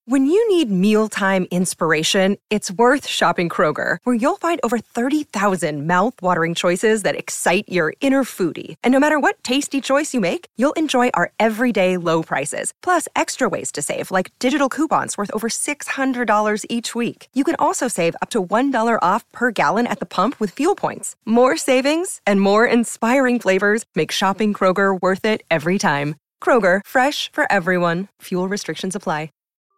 When you need mealtime inspiration, it's worth shopping Kroger, where you'll find over 30,000 mouth-watering choices that excite your inner foodie. And no matter what tasty choice you make, you'll enjoy our everyday low prices, plus extra ways to save, like digital coupons worth over $600 each week. You can also save up to $1 off per gallon at the pump with fuel points. More savings and more inspiring flavors make shopping Kroger worth it every time. Kroger, fresh for everyone. Fuel restrictions apply.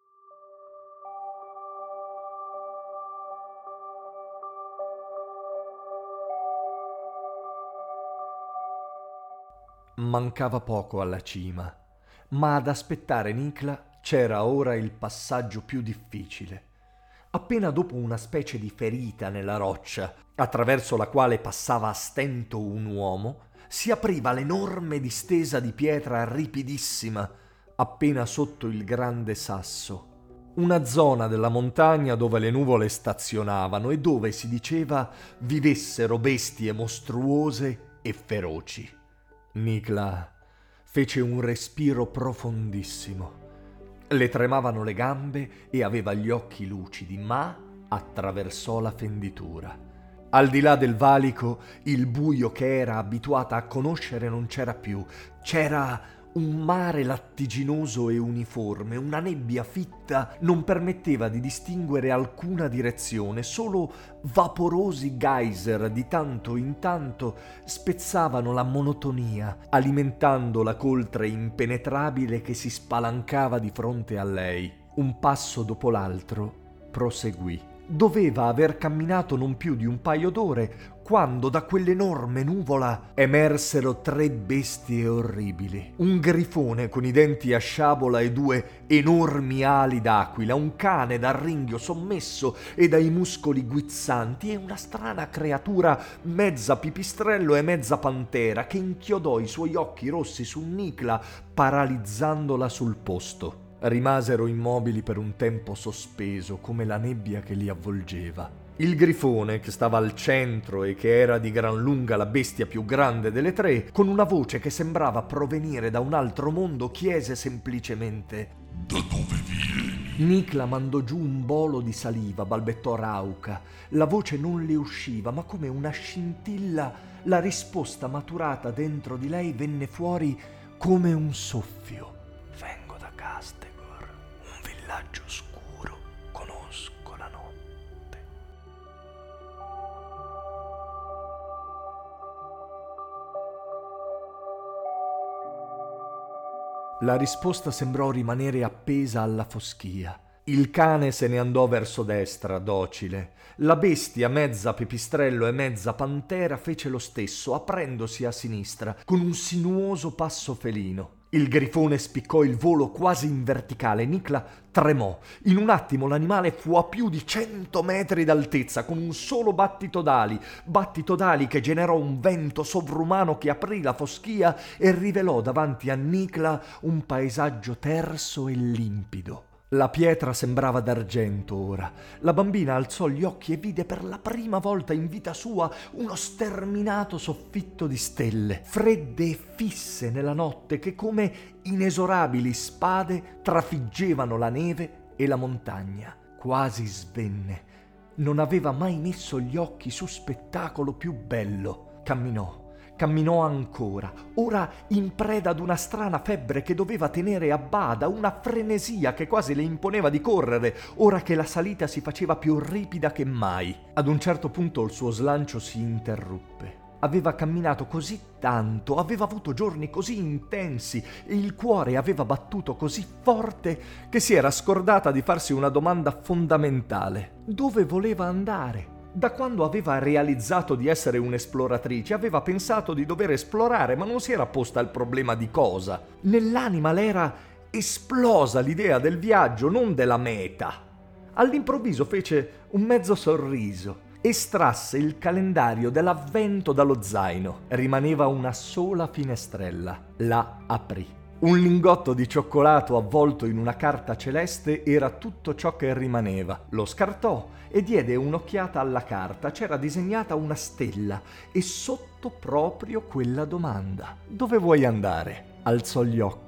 Mancava poco alla cima, ma ad aspettare Nicla c'era ora il passaggio più difficile. Appena dopo una specie di ferita nella roccia, attraverso la quale passava a stento un uomo, si apriva l'enorme distesa di pietra ripidissima, appena sotto il grande sasso. Una zona della montagna dove le nuvole stazionavano e dove, si diceva, vivessero bestie mostruose e feroci. Nicla fece un respiro profondissimo. Le tremavano le gambe e aveva gli occhi lucidi, ma attraversò la fenditura. Al di là del valico, il buio che era abituata a conoscere non c'era più. C'era un mare lattiginoso e uniforme, una nebbia fitta non permetteva di distinguere alcuna direzione, solo vaporosi geyser di tanto in tanto spezzavano la monotonia, alimentando la coltre impenetrabile che si spalancava di fronte a lei. Un passo dopo l'altro proseguì. Doveva aver camminato non più di un paio d'ore quando da quell'enorme nuvola emersero 3 bestie orribili. Un grifone con i denti a sciabola e 2 enormi ali d'aquila, un cane dal ringhio sommesso e dai muscoli guizzanti e una strana creatura mezza pipistrello e mezza pantera che inchiodò i suoi occhi rossi su Nicla paralizzandola sul posto. Rimasero immobili per un tempo sospeso come la nebbia che li avvolgeva. Il grifone, che stava al centro e che era di gran lunga la bestia più grande delle 3, con una voce che sembrava provenire da un altro mondo, chiese semplicemente: "Da dove vieni?" Nicla mandò giù un bolo di saliva, balbettò rauca. La voce non le usciva, ma come una scintilla la risposta maturata dentro di lei venne fuori come un soffio. "Vengo da Castegor, un villaggio oscuro, conosco la notte." La risposta sembrò rimanere appesa alla foschia. Il cane se ne andò verso destra, docile. La bestia, mezza pipistrello e mezza pantera, fece lo stesso, aprendosi a sinistra, con un sinuoso passo felino. Il grifone spiccò il volo quasi in verticale. Nicla tremò. In un attimo l'animale fu a più di 100 metri d'altezza, con un solo battito d'ali che generò un vento sovrumano che aprì la foschia e rivelò davanti a Nicla un paesaggio terso e limpido. La pietra sembrava d'argento ora. La bambina alzò gli occhi e vide per la prima volta in vita sua uno sterminato soffitto di stelle, fredde e fisse nella notte, che come inesorabili spade trafiggevano la neve e la montagna. Quasi svenne. Non aveva mai messo gli occhi su spettacolo più bello. Camminò ancora, ora in preda ad una strana febbre che doveva tenere a bada, una frenesia che quasi le imponeva di correre, ora che la salita si faceva più ripida che mai. Ad un certo punto il suo slancio si interruppe. Aveva camminato così tanto, aveva avuto giorni così intensi e il cuore aveva battuto così forte che si era scordata di farsi una domanda fondamentale. Dove voleva andare? Da quando aveva realizzato di essere un'esploratrice, aveva pensato di dover esplorare, ma non si era posta il problema di cosa. Nell'anima le era esplosa l'idea del viaggio, non della meta. All'improvviso fece un mezzo sorriso, estrasse il calendario dell'avvento dallo zaino. Rimaneva una sola finestrella. La aprì. Un lingotto di cioccolato avvolto in una carta celeste era tutto ciò che rimaneva. Lo scartò e diede un'occhiata alla carta. C'era disegnata una stella e sotto proprio quella domanda: "Dove vuoi andare?" Alzò gli occhi.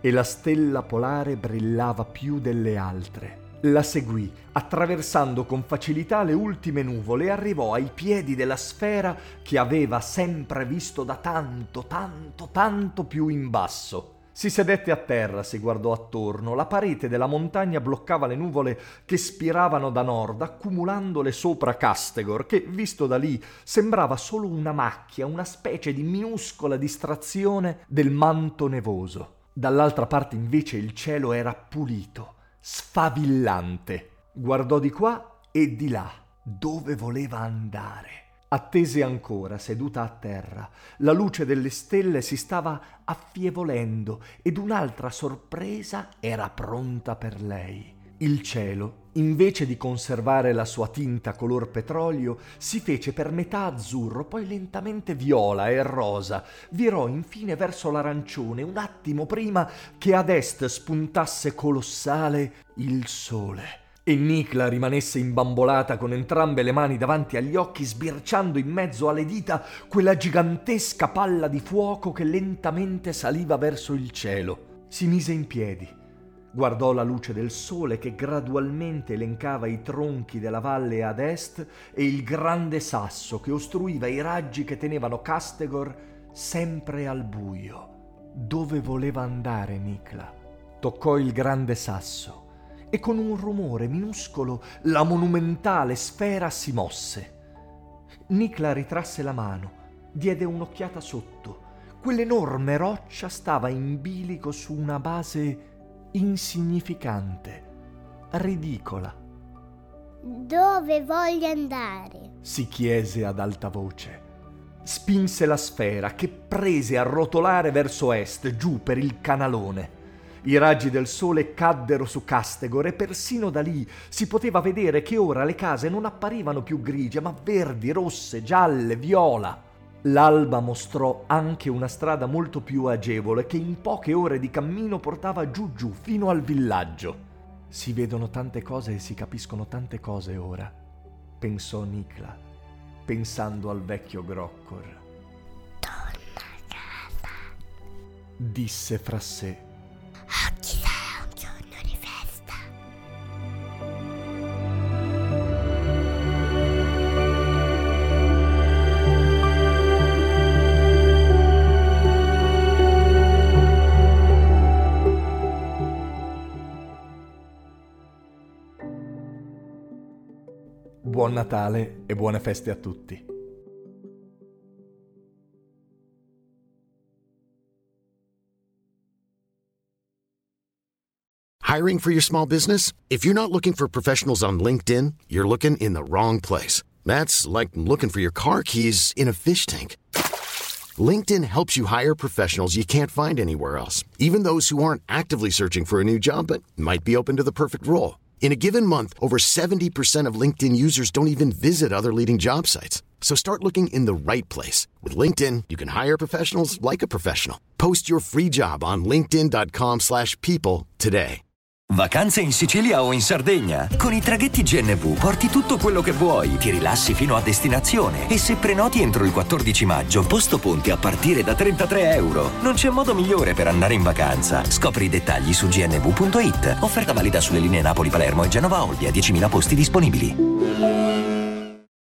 e la stella polare brillava più delle altre. La seguì, attraversando con facilità le ultime nuvole, e arrivò ai piedi della sfera che aveva sempre visto da tanto, tanto, tanto più in basso. Si sedette a terra, si guardò attorno. La parete della montagna bloccava le nuvole che spiravano da nord, accumulandole sopra Castegor, che, visto da lì, sembrava solo una macchia, una specie di minuscola distrazione del manto nevoso. Dall'altra parte invece il cielo era pulito, sfavillante. Guardò di qua e di là, dove voleva andare. Attese ancora, seduta a terra. La luce delle stelle si stava affievolendo ed un'altra sorpresa era pronta per lei. Il cielo, invece di conservare la sua tinta color petrolio, si fece per metà azzurro, poi lentamente viola e rosa, virò infine verso l'arancione un attimo prima che ad est spuntasse colossale il sole. E Nicla rimanesse imbambolata con entrambe le mani davanti agli occhi, sbirciando in mezzo alle dita quella gigantesca palla di fuoco che lentamente saliva verso il cielo. Si mise in piedi, guardò la luce del sole che gradualmente elencava i tronchi della valle ad est e il grande sasso che ostruiva i raggi che tenevano Castegor sempre al buio. Dove voleva andare Nicla? Toccò il grande sasso e con un rumore minuscolo la monumentale sfera si mosse. Nicla ritrasse la mano, diede un'occhiata sotto. Quell'enorme roccia stava in bilico su una base insignificante, ridicola. Dove voglio andare? Si chiese ad alta voce. Spinse la sfera che prese a rotolare verso est, giù per il canalone. I raggi del sole caddero su Castegor e persino da lì si poteva vedere che ora le case non apparivano più grigie, ma verdi, rosse, gialle, viola. L'alba mostrò anche una strada molto più agevole che in poche ore di cammino portava giù fino al villaggio. Si vedono tante cose e si capiscono tante cose ora, pensò Nicla, pensando al vecchio Grokkor. Torna a casa, disse fra sé. Oggi sarà un giorno di festa. Buon Natale e buone feste a tutti. Hiring for your small business? If you're not looking for professionals on LinkedIn, you're looking in the wrong place. That's like looking for your car keys in a fish tank. LinkedIn helps you hire professionals you can't find anywhere else, even those who aren't actively searching for a new job but might be open to the perfect role. In a given month, over 70% of LinkedIn users don't even visit other leading job sites. So start looking in the right place. With LinkedIn, you can hire professionals like a professional. Post your free job on linkedin.com/people today. Vacanze in Sicilia o in Sardegna? Con i traghetti GNV porti tutto quello che vuoi, ti rilassi fino a destinazione e se prenoti entro il 14 maggio, posto ponti a partire da €33. Non c'è modo migliore per andare in vacanza. Scopri i dettagli su gnv.it. Offerta valida sulle linee Napoli-Palermo e Genova-Olbia, 10.000 posti disponibili.